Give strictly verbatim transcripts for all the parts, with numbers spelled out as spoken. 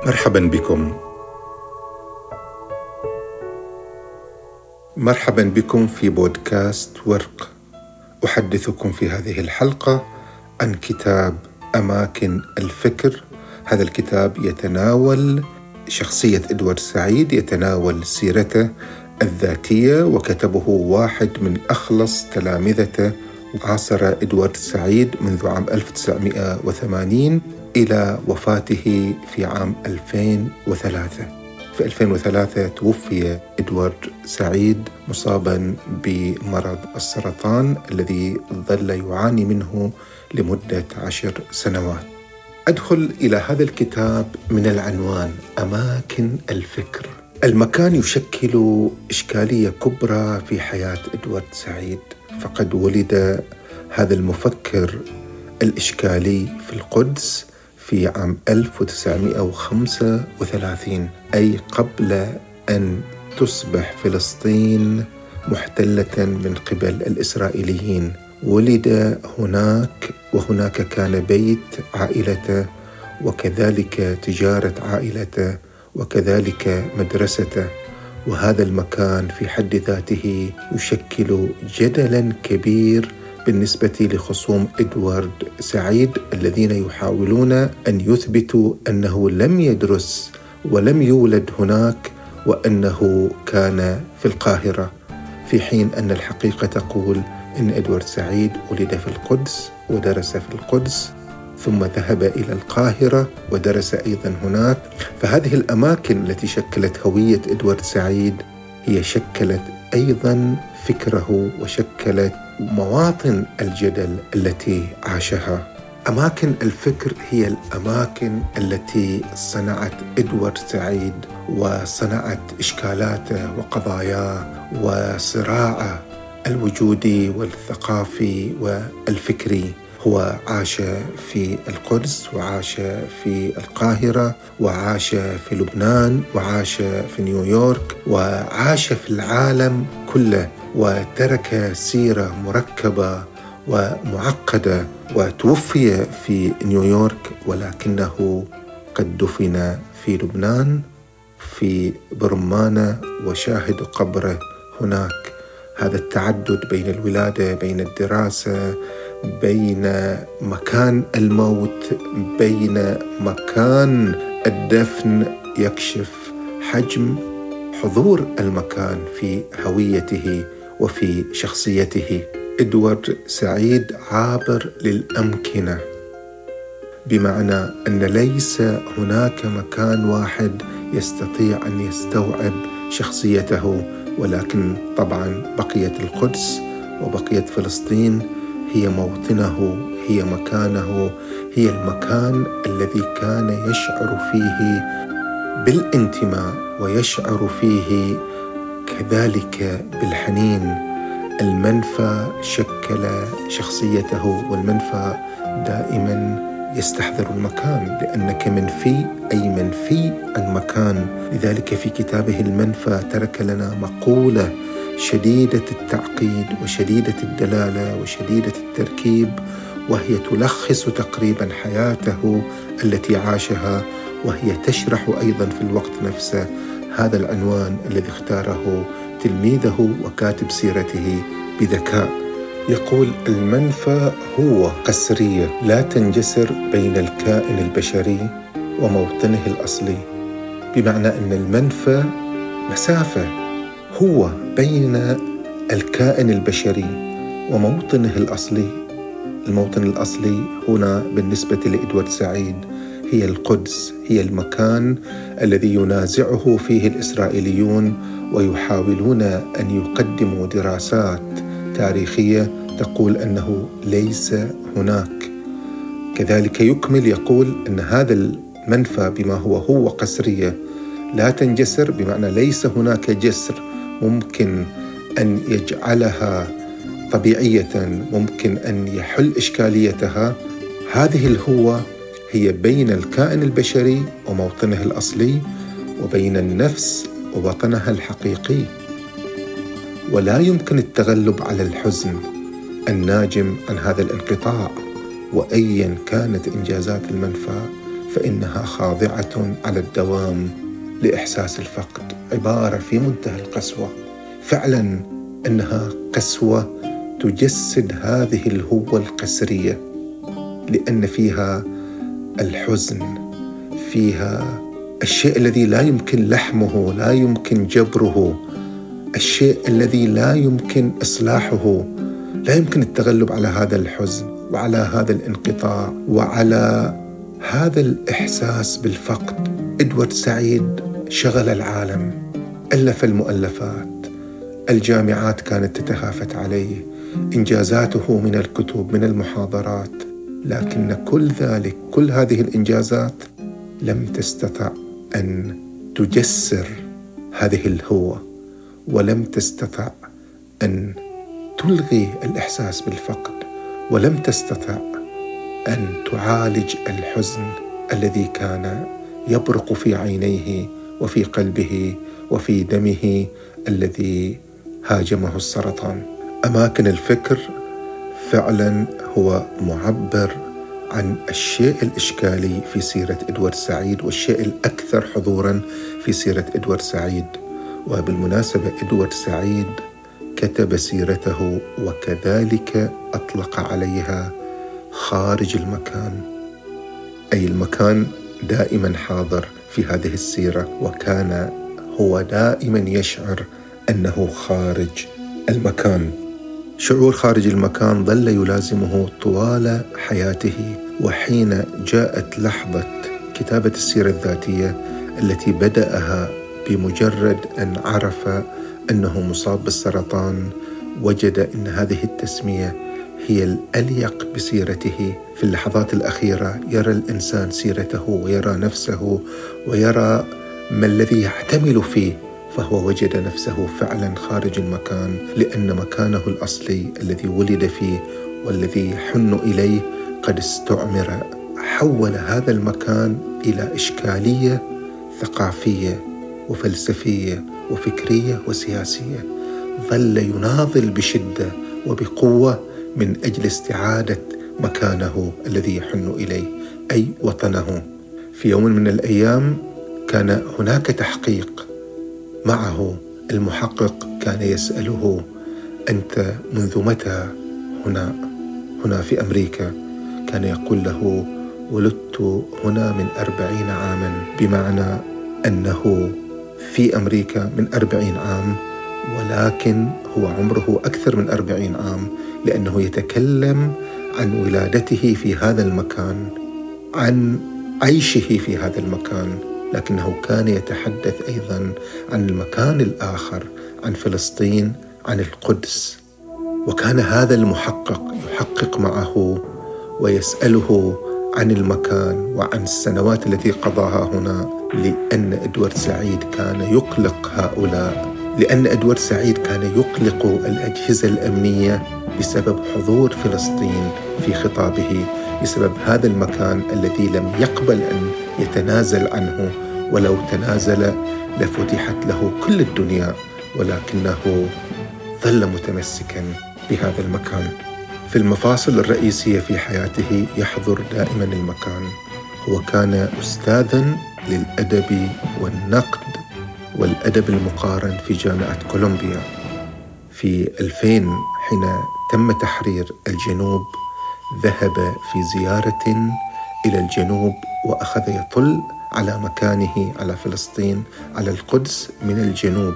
مرحبا بكم. مرحبا بكم في بودكاست ورق. أحدثكم في هذه الحلقة عن كتاب أماكن الفكر. هذا الكتاب يتناول شخصية إدوارد سعيد، يتناول سيرته الذاتية، وكتبه واحد من أخلص تلامذته. عاصر إدوارد سعيد منذ عام ألف وتسعمائة وثمانين إلى وفاته في عام ألفين وثلاثة. في ألفين وثلاثة توفي إدوارد سعيد مصابا بمرض السرطان الذي ظل يعاني منه لمدة عشر سنوات. أدخل إلى هذا الكتاب من العنوان أماكن الفكر. المكان يشكل إشكالية كبرى في حياة إدوارد سعيد، فقد ولد هذا المفكر الإشكالي في القدس في عام ألف وتسعمائة وخمسة وثلاثين، أي قبل أن تصبح فلسطين محتلة من قبل الإسرائيليين. ولد هناك، وهناك كان بيت عائلته، وكذلك تجارة عائلته، وكذلك مدرسته. وهذا المكان في حد ذاته يشكل جدلاً كبير بالنسبة لخصوم إدوارد سعيد الذين يحاولون أن يثبتوا أنه لم يدرس ولم يولد هناك، وأنه كان في القاهرة، في حين أن الحقيقة تقول أن إدوارد سعيد ولد في القدس ودرس في القدس، ثم ذهب إلى القاهرة ودرس أيضا هناك. فهذه الأماكن التي شكلت هوية إدوارد سعيد هي شكلت أيضا فكره وشكلت مواطن الجدل التي عاشها. أماكن الفكر هي الأماكن التي صنعت إدوارد سعيد وصنعت إشكالاته وقضاياه وصراعه الوجودي والثقافي والفكري. هو عاش في القدس، وعاش في القاهرة، وعاش في لبنان، وعاش في نيويورك، وعاش في العالم كله، وترك سيرة مركبة ومعقدة. وتوفي في نيويورك، ولكنه قد دفن في لبنان في برمانة، وشاهد قبره هناك. هذا التعدد بين الولادة، بين الدراسة، بين مكان الموت، بين مكان الدفن، يكشف حجم حضور المكان في هويته وفي شخصيته. إدوارد سعيد عابر للأمكنة، بمعنى أن ليس هناك مكان واحد يستطيع أن يستوعب شخصيته، ولكن طبعا بقيت القدس وبقيت فلسطين هي موطنه، هي مكانه، هي المكان الذي كان يشعر فيه بالانتماء ويشعر فيه كذلك بالحنين. المنفى شكل شخصيته، والمنفى دائما يستحضر المكان، لأنك منفي أي منفي عن مكان. لذلك في كتابه المنفى ترك لنا مقولة شديدة التعقيد وشديدة الدلالة وشديدة التركيب، وهي تلخص تقريبا حياته التي عاشها، وهي تشرح أيضا في الوقت نفسه هذا العنوان الذي اختاره تلميذه وكاتب سيرته بذكاء. يقول: المنفى هو قسرية لا تنجسر بين الكائن البشري وموطنه الأصلي، بمعنى أن المنفى مسافة هو بين الكائن البشري وموطنه الأصلي. الموطن الأصلي هنا بالنسبة لإدوارد سعيد هي القدس، هي المكان الذي ينازعه فيه الإسرائيليون ويحاولون أن يقدموا دراسات تاريخية تقول أنه ليس هناك. كذلك يكمل يقول أن هذا المنفى بما هو هو قسرية لا تنجسر، بمعنى ليس هناك جسر ممكن أن يجعلها طبيعية، ممكن أن يحل إشكاليتها. هذه الهوة هي بين الكائن البشري وموطنه الأصلي، وبين النفس ووطنها الحقيقي. ولا يمكن التغلب على الحزن الناجم عن هذا الانقطاع، وأيا كانت إنجازات المنفى فإنها خاضعة على الدوام لإحساس الفقد. عبارة في منتهى القسوة، فعلا إنها قسوة تجسد هذه الهوة القسرية، لأن فيها الحزن، فيها الشيء الذي لا يمكن لحمه، لا يمكن جبره، الشيء الذي لا يمكن إصلاحه، لا يمكن التغلب على هذا الحزن وعلى هذا الانقطاع وعلى هذا الإحساس بالفقد. إدوارد سعيد شغل العالم، ألف المؤلفات، الجامعات كانت تتهافت عليه، إنجازاته من الكتب، من المحاضرات، لكن كل ذلك، كل هذه الإنجازات لم تستطع أن تجسر هذه الهوة، ولم تستطع أن تلغي الإحساس بالفقد، ولم تستطع أن تعالج الحزن الذي كان يبرق في عينيه وفي قلبه وفي دمه الذي هاجمه السرطان. أماكن الفكر فعلا هو معبر عن الشيء الإشكالي في سيرة إدوارد سعيد والشيء الأكثر حضورا في سيرة إدوارد سعيد. وبالمناسبة إدوارد سعيد كتب سيرته وكذلك أطلق عليها خارج المكان، أي المكان دائما حاضر في هذه السيرة، وكان هو دائما يشعر أنه خارج المكان. شعور خارج المكان ظل يلازمه طوال حياته، وحين جاءت لحظة كتابة السيرة الذاتية التي بدأها بمجرد أن عرف أنه مصاب بالسرطان، وجد أن هذه التسمية هي الأليق بسيرته. في اللحظات الأخيرة يرى الإنسان سيرته ويرى نفسه ويرى ما الذي يحتمل فيه، فهو وجد نفسه فعلا خارج المكان، لأن مكانه الأصلي الذي ولد فيه والذي يحن إليه قد استعمر. حول هذا المكان إلى إشكالية ثقافية وفلسفية وفكرية وسياسية. ظل يناضل بشدة وبقوة من أجل استعادة مكانه الذي يحن إليه، أي وطنه. في يوم من الأيام كان هناك تحقيق معه، المحقق كان يسأله: أنت منذ متى هنا هنا في أمريكا؟ كان يقول له: ولدت هنا من أربعين عاما، بمعنى أنه في أمريكا من أربعين عام، ولكن هو عمره أكثر من أربعين عام، لأنه يتكلم عن ولادته في هذا المكان، عن عيشه في هذا المكان، لكنه كان يتحدث أيضا عن المكان الآخر، عن فلسطين، عن القدس. وكان هذا المحقق يحقق معه ويسأله عن المكان وعن السنوات التي قضاها هنا، لأن إدوارد سعيد كان يقلق هؤلاء، لأن إدوارد سعيد كان يقلق الأجهزة الأمنية بسبب حضور فلسطين في خطابه، بسبب هذا المكان الذي لم يقبل أن يتنازل عنه، ولو تنازل لفتحت له كل الدنيا، ولكنه ظل متمسكا بهذا المكان. في المفاصل الرئيسية في حياته يحضر دائما المكان. هو كان أستاذا للأدب والنقد والأدب المقارن في جامعة كولومبيا. في ألفين حين تم تحرير الجنوب ذهب في زيارة إلى الجنوب وأخذ يطل على مكانه، على فلسطين، على القدس من الجنوب،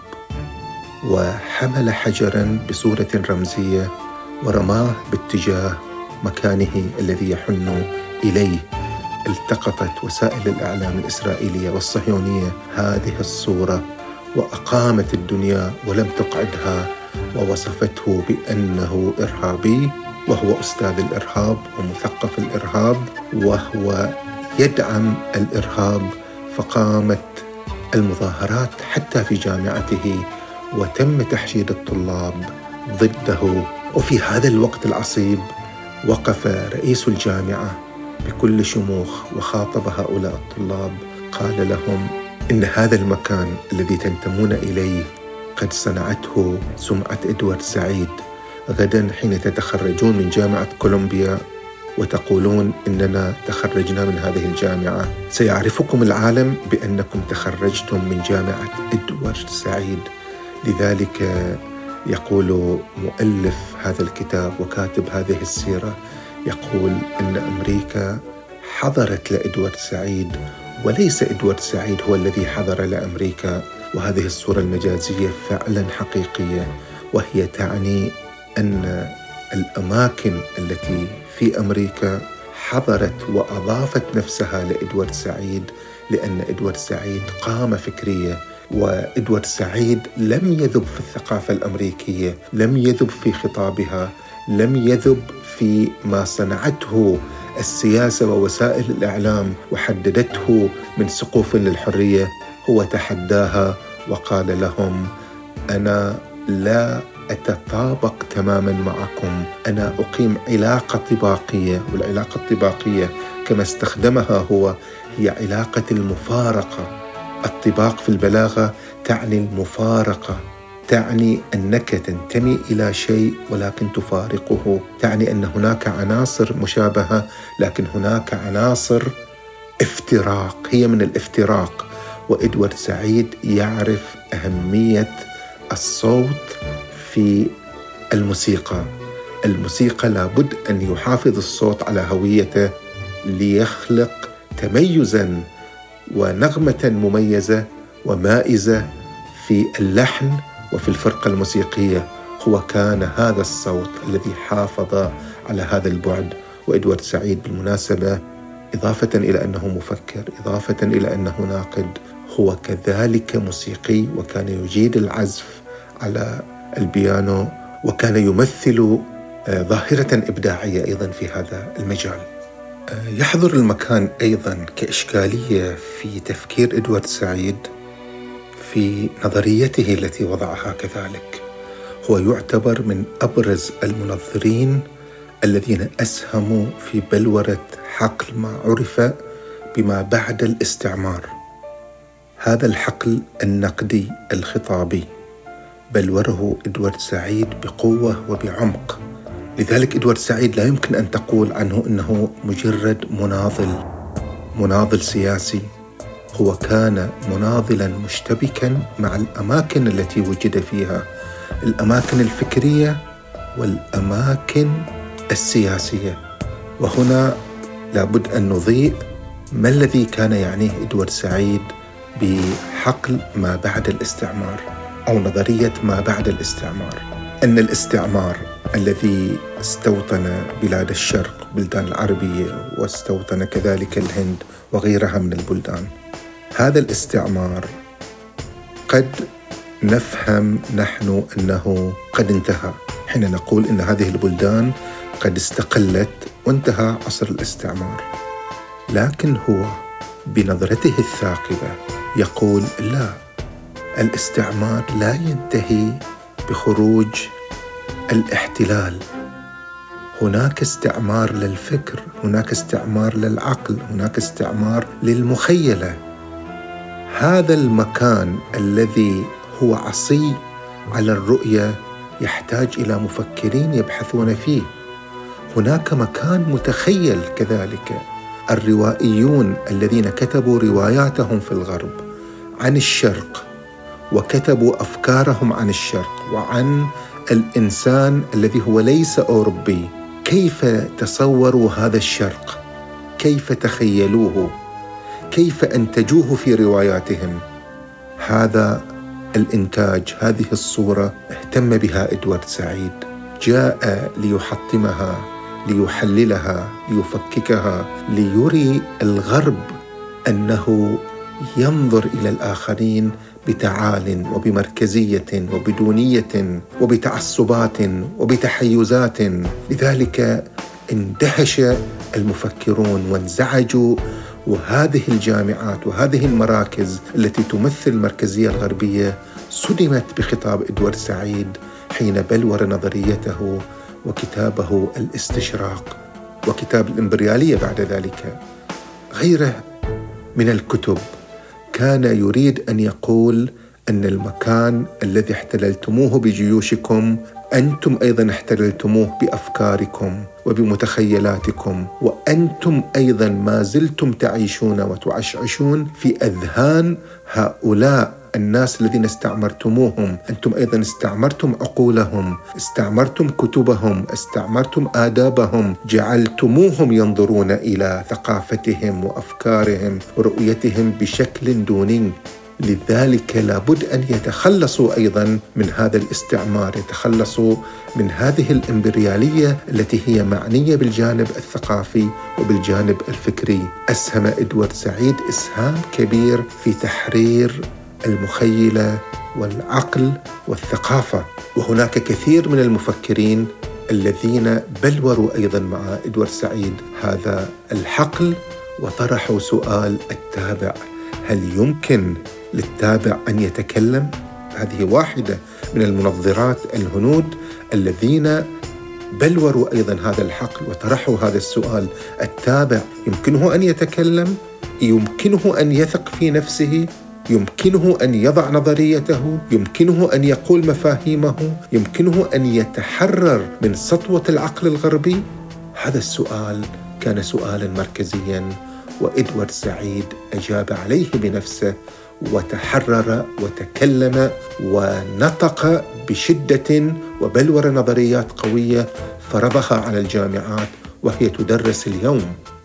وحمل حجرا بصورة رمزية ورماه باتجاه مكانه الذي يحن إليه. التقطت وسائل الإعلام الإسرائيلية والصهيونية هذه الصورة وأقامت الدنيا ولم تقعدها، ووصفته بأنه إرهابي، وهو أستاذ الإرهاب ومثقف الإرهاب، وهو يدعم الإرهاب. فقامت المظاهرات حتى في جامعته، وتم تحشيد الطلاب ضده. وفي هذا الوقت العصيب وقف رئيس الجامعة بكل شموخ وخاطب هؤلاء الطلاب، قال لهم: إن هذا المكان الذي تنتمون إليه قد صنعته سمعة إدوارد سعيد. غدا حين تتخرجون من جامعة كولومبيا وتقولون إننا تخرجنا من هذه الجامعة. سيعرفكم العالم بأنكم تخرجتم من جامعة إدوارد سعيد. لذلك يقول مؤلف هذا الكتاب وكاتب هذه السيرة، يقول إن أمريكا حضرت لإدوارد سعيد وليس إدوارد سعيد هو الذي حضر لأمريكا. وهذه الصورة المجازية فعلا حقيقية، وهي تعني أن الأماكن التي في أمريكا حضرت وأضافت نفسها لإدوارد سعيد، لأن إدوارد سعيد قامة فكرية، وإدوارد سعيد لم يذب في الثقافة الأمريكية، لم يذب في خطابها، لم يذب في ما صنعته السياسة ووسائل الإعلام وحددته من سقوف للحرية. هو تحداها وقال لهم: أنا لا أتطابق تماما معكم، أنا أقيم علاقة طباقية، والعلاقة الطباقية كما استخدمها هو هي علاقة المفارقة. الطباق في البلاغة تعني المفارقة، تعني أنك تنتمي إلى شيء ولكن تفارقه، تعني أن هناك عناصر مشابهة لكن هناك عناصر افتراق، هي من الافتراق. وإدوارد سعيد يعرف أهمية الصوت في الموسيقى. الموسيقى لابد أن يحافظ الصوت على هويته ليخلق تميزاً ونغمة مميزة ومائزة في اللحن وفي الفرقة الموسيقية. هو كان هذا الصوت الذي حافظ على هذا البعد. وإدوارد سعيد بالمناسبة، إضافة إلى أنه مفكر، إضافة إلى أنه ناقد، هو كذلك موسيقي، وكان يجيد العزف على البيانو، وكان يمثل ظاهرة إبداعية أيضا في هذا المجال. يحضر المكان أيضا كإشكالية في تفكير إدوارد سعيد في نظريته التي وضعها كذلك. هو يعتبر من أبرز المنظرين الذين أسهموا في بلورة حقل ما عرف بما بعد الاستعمار. هذا الحقل النقدي الخطابي بلوره إدوارد سعيد بقوة وبعمق. لذلك إدوارد سعيد لا يمكن أن تقول عنه أنه مجرد مناضل مناضل سياسي. هو كان مناضلا مشتبكا مع الأماكن التي وجد فيها، الأماكن الفكرية والأماكن السياسية. وهنا لابد أن نضيء ما الذي كان يعنيه إدوارد سعيد بحقل ما بعد الاستعمار أو نظرية ما بعد الاستعمار. أن الاستعمار الذي استوطن بلاد الشرق، بلدان العربية، واستوطن كذلك الهند وغيرها من البلدان، هذا الاستعمار قد نفهم نحن أنه قد انتهى حين نقول أن هذه البلدان قد استقلت وانتهى عصر الاستعمار. لكن هو بنظرته الثاقبة يقول لا، الاستعمار لا ينتهي بخروج الاحتلال. هناك استعمار للفكر، هناك استعمار للعقل، هناك استعمار للمخيلة. هذا المكان الذي هو عصي على الرؤية يحتاج إلى مفكرين يبحثون فيه. هناك مكان متخيل كذلك. الروائيون الذين كتبوا رواياتهم في الغرب عن الشرق وكتبوا أفكارهم عن الشرق وعن الإنسان الذي هو ليس أوروبي، كيف تصوروا هذا الشرق؟ كيف تخيلوه؟ كيف أنتجوه في رواياتهم؟ هذا الإنتاج، هذه الصورة اهتم بها إدوارد سعيد. جاء ليحطمها، ليحللها، ليفككها، ليري الغرب أنه ينظر إلى الآخرين بتعال وبمركزية وبدونية وبتعصبات وبتحيزات. لذلك اندهش المفكرون وانزعجوا، وهذه الجامعات وهذه المراكز التي تمثل المركزية الغربية صدمت بخطاب إدوارد سعيد حين بلور نظريته وكتابه الاستشراق وكتاب الإمبريالية بعد ذلك. غيره من الكتب كان يريد أن يقول أن المكان الذي احتللتموه بجيوشكم وأنتم أيضا احتللتموه بأفكاركم وبمتخيلاتكم، وأنتم أيضا ما زلتم تعيشون وتعشعشون في أذهان هؤلاء الناس الذين استعمرتموهم. أنتم أيضا استعمرتم عقولهم، استعمرتم كتبهم، استعمرتم آدابهم، جعلتموهم ينظرون إلى ثقافتهم وأفكارهم ورؤيتهم بشكل دوني. لذلك لابد أن يتخلصوا أيضا من هذا الاستعمار، يتخلصوا من هذه الإمبريالية التي هي معنية بالجانب الثقافي وبالجانب الفكري. أسهم إدوارد سعيد إسهام كبير في تحرير المخيلة والعقل والثقافة، وهناك كثير من المفكرين الذين بلوروا أيضا مع إدوارد سعيد هذا الحقل وطرحوا سؤال التابع: هل يمكن للتابع أن يتكلم؟ هذه واحدة من المنظرات الهنود الذين بلوروا أيضا هذا الحقل وطرحوا هذا السؤال: التابع يمكنه أن يتكلم؟ يمكنه أن يثق في نفسه؟ يمكنه أن يضع نظريته؟ يمكنه أن يقول مفاهيمه؟ يمكنه أن يتحرر من سطوة العقل الغربي؟ هذا السؤال كان سؤالا مركزيا، وإدوارد سعيد أجاب عليه بنفسه وتحرر وتكلم ونطق بشدة وبلور نظريات قوية فرضها على الجامعات وهي تدرس اليوم.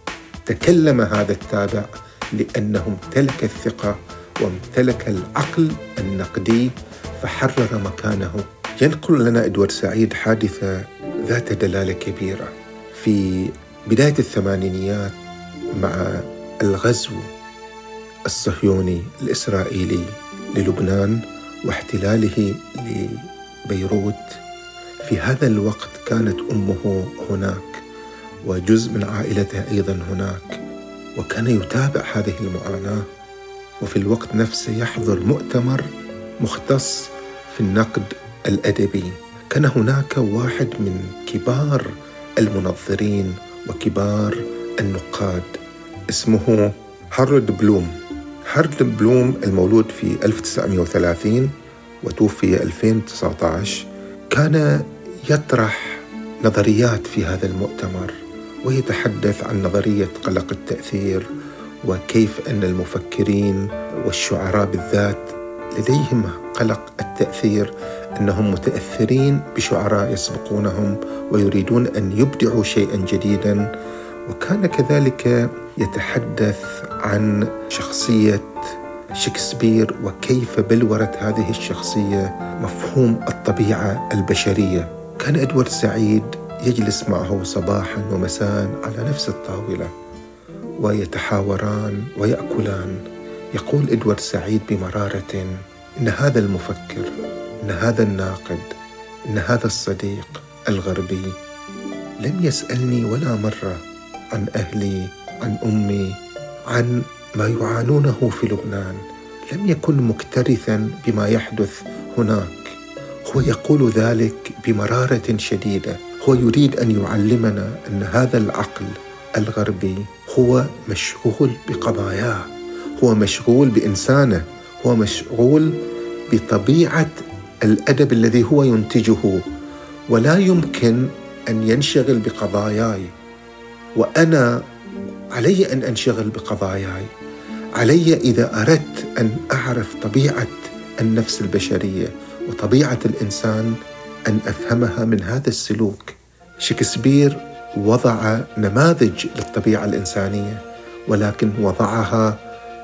تكلم هذا التابع لأنه امتلك الثقة وامتلك العقل النقدي فحرر مكانه. ينقل لنا إدوارد سعيد حادثة ذات دلالة كبيرة. في بداية الثمانينيات مع الغزو الصهيوني الإسرائيلي للبنان واحتلاله لبيروت، في هذا الوقت كانت أمه هناك وجزء من عائلته أيضا هناك، وكان يتابع هذه المعاناة، وفي الوقت نفسه يحضر مؤتمر مختص في النقد الأدبي. كان هناك واحد من كبار المنظرين وكبار النقاد اسمه هارولد بلوم. هارولد بلوم المولود في ألف وتسعمائة وثلاثين وتوفي ألفين وتسعة عشر، كان يطرح نظريات في هذا المؤتمر ويتحدث عن نظرية قلق التأثير، وكيف أن المفكرين والشعراء بالذات لديهم قلق التأثير، أنهم متأثرين بشعراء يسبقونهم ويريدون أن يبدعوا شيئا جديدا. وكان كذلك يتحدث عن شخصية شكسبير وكيف بلورت هذه الشخصية مفهوم الطبيعة البشرية. كان إدوارد سعيد يجلس معه صباحا ومساء على نفس الطاولة ويتحاوران ويأكلان. يقول إدوارد سعيد بمرارة: إن هذا المفكر، إن هذا الناقد، إن هذا الصديق الغربي لم يسألني ولا مرة عن أهلي، عن أمي، عن ما يعانونه في لبنان. لم يكن مكترثا بما يحدث هناك. هو يقول ذلك بمرارة شديدة. هو يريد أن يعلمنا أن هذا العقل الغربي هو مشغول بقضاياه، هو مشغول بإنسانه، هو مشغول بطبيعة الأدب الذي هو ينتجه، ولا يمكن أن ينشغل بقضاياي. وأنا علي أن أنشغل بقضاياي، علي إذا أردت أن أعرف طبيعة النفس البشرية وطبيعة الإنسان أن أفهمها من هذا السلوك. شكسبير وضع نماذج للطبيعة الإنسانية، ولكن وضعها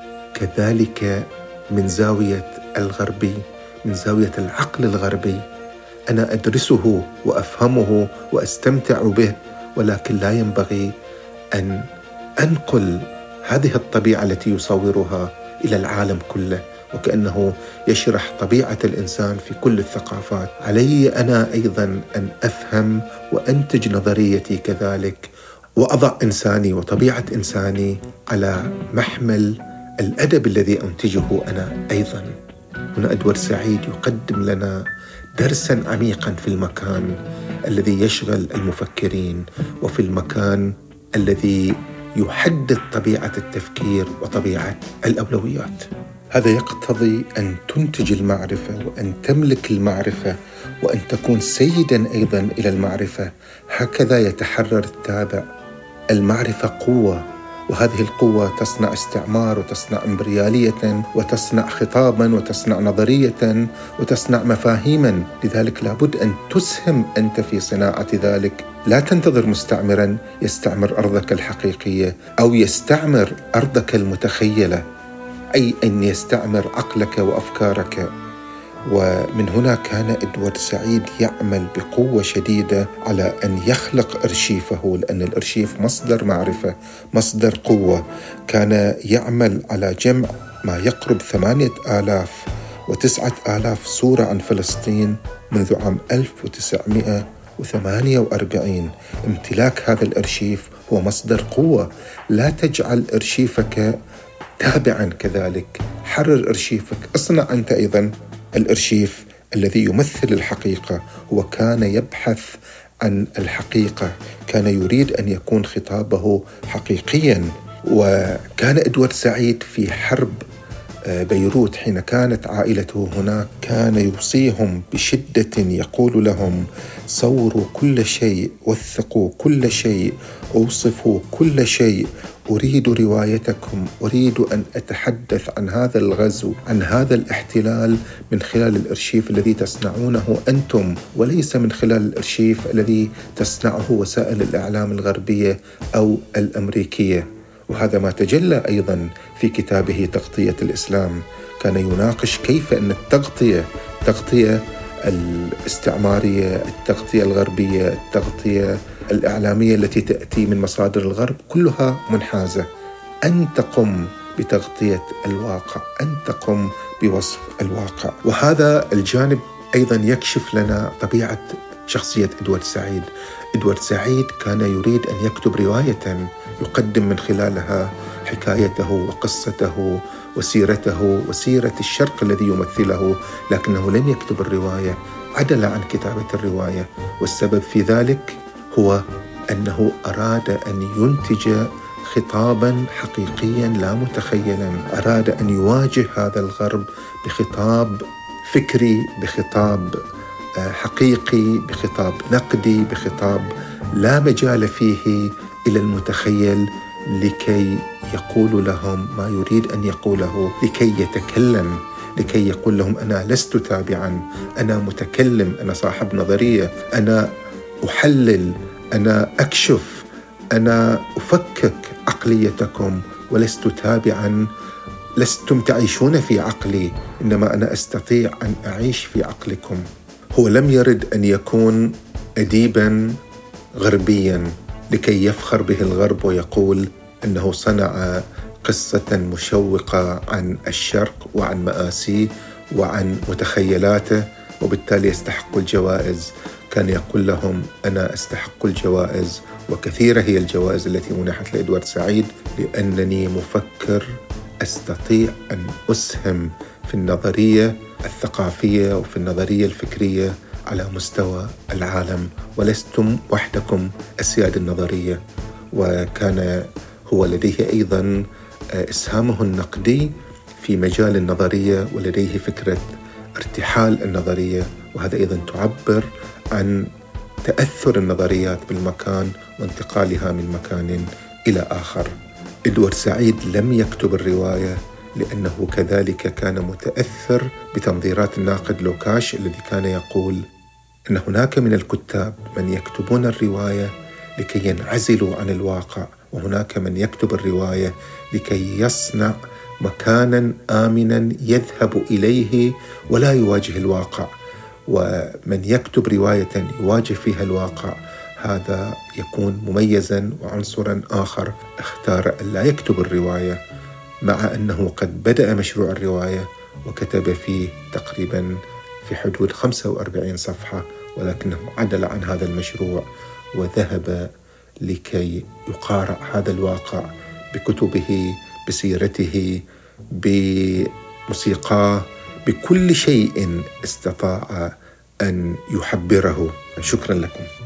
كذلك من زاوية الغربي، من زاوية العقل الغربي. أنا أدرسه وأفهمه وأستمتع به، ولكن لا ينبغي أن أنقل هذه الطبيعة التي يصورها إلى العالم كله، وكأنه يشرح طبيعة الإنسان في كل الثقافات. علي أنا أيضا أن أفهم وأنتج نظريتي كذلك، وأضع إنساني وطبيعة إنساني على محمل الأدب الذي أنتجه أنا أيضا. هنا إدوارد سعيد يقدم لنا درسا عميقا في المكان الذي يشغل المفكرين، وفي المكان الذي يحدد طبيعة التفكير وطبيعة الأولويات. هذا يقتضي أن تنتج المعرفة وأن تملك المعرفة وأن تكون سيداً أيضاً إلى المعرفة. هكذا يتحرر التابع. المعرفة قوة، وهذه القوة تصنع استعمار وتصنع إمبريالية وتصنع خطاباً وتصنع نظرية وتصنع مفاهيماً. لذلك لابد أن تسهم أنت في صناعة ذلك. لا تنتظر مستعمراً يستعمر أرضك الحقيقية أو يستعمر أرضك المتخيلة، أي أن يستعمر عقلك وأفكارك. ومن هنا كان إدوارد سعيد يعمل بقوة شديدة على أن يخلق أرشيفه، لأن الأرشيف مصدر معرفة، مصدر قوة. كان يعمل على جمع ما يقرب ثمانية آلاف وتسعة آلاف صورة عن فلسطين منذ عام ألف وتسعمائة وثمانية وأربعين. امتلاك هذا الأرشيف هو مصدر قوة. لا تجعل أرشيفك تابعا كذلك، حرر أرشيفك، اصنع أنت أيضا الأرشيف الذي يمثل الحقيقة. هو كان يبحث عن الحقيقة، كان يريد أن يكون خطابه حقيقيا. وكان إدوارد سعيد في حرب بيروت حين كانت عائلته هناك كان يوصيهم بشدة، يقول لهم: صوروا كل شيء، وثقوا كل شيء، أوصفوا كل شيء، أريد روايتكم، أريد أن أتحدث عن هذا الغزو، عن هذا الاحتلال من خلال الأرشيف الذي تصنعونه أنتم، وليس من خلال الأرشيف الذي تصنعه وسائل الإعلام الغربية أو الأمريكية. وهذا ما تجلى أيضا في كتابه تغطية الإسلام. كان يناقش كيف أن التغطية تغطية الاستعمارية، التغطية الغربية، التغطية الإعلامية التي تأتي من مصادر الغرب كلها منحازة. أن تقم بتغطية الواقع، أن تقم بوصف الواقع. وهذا الجانب أيضا يكشف لنا طبيعة شخصية إدوارد سعيد. إدوارد سعيد كان يريد أن يكتب رواية يقدم من خلالها حكايته وقصته وسيرته وسيرة الشرق الذي يمثله، لكنه لم يكتب الرواية، عدل عن كتابة الرواية. والسبب في ذلك هو أنه أراد أن ينتج خطاباً حقيقياً لا متخيلاً. أراد أن يواجه هذا الغرب بخطاب فكري، بخطاب حقيقي، بخطاب نقدي، بخطاب لا مجال فيه إلى المتخيل، لكي يقول لهم ما يريد أن يقوله، لكي يتكلم، لكي يقول لهم: أنا لست تابعاً، أنا متكلم، أنا صاحب نظرية، أنا أحلل، أنا أكشف، أنا أفكك عقليتكم، ولست تابعاً، لستم تعيشون في عقلي، إنما أنا أستطيع أن أعيش في عقلكم. هو لم يرد أن يكون أديباً غربياً لكي يفخر به الغرب ويقول أنه صنع قصة مشوقة عن الشرق وعن مآسيه وعن متخيلاته وبالتالي يستحق الجوائز. كان يقول لهم: أنا أستحق الجوائز، وكثيرة هي الجوائز التي منحت لإدوارد سعيد، لأنني مفكر أستطيع أن أسهم في النظرية الثقافية وفي النظرية الفكرية على مستوى العالم، ولستم وحدكم أسياد النظرية. وكان هو لديه أيضا إسهامه النقدي في مجال النظرية، ولديه فكرة ارتحال النظرية، وهذا أيضا تعبر عن تأثر النظريات بالمكان وانتقالها من مكان إلى آخر. إدوارد سعيد لم يكتب الرواية لأنه كذلك كان متأثر بتنظيرات الناقد لوكاش الذي كان يقول أن هناك من الكتاب من يكتبون الرواية لكي ينعزلوا عن الواقع، وهناك من يكتب الرواية لكي يصنع مكانا آمنا يذهب إليه ولا يواجه الواقع. ومن يكتب رواية يواجه فيها الواقع هذا يكون مميزا وعنصرا آخر. اختار أن لا يكتب الرواية، مع أنه قد بدأ مشروع الرواية وكتب فيه تقريبا في حدود خمسة وأربعين صفحة، ولكنه عدل عن هذا المشروع وذهب لكي يقارع هذا الواقع بكتبه، بسيرته، بموسيقاه، بكل شيء استطاع أن يحبره. شكرا لكم.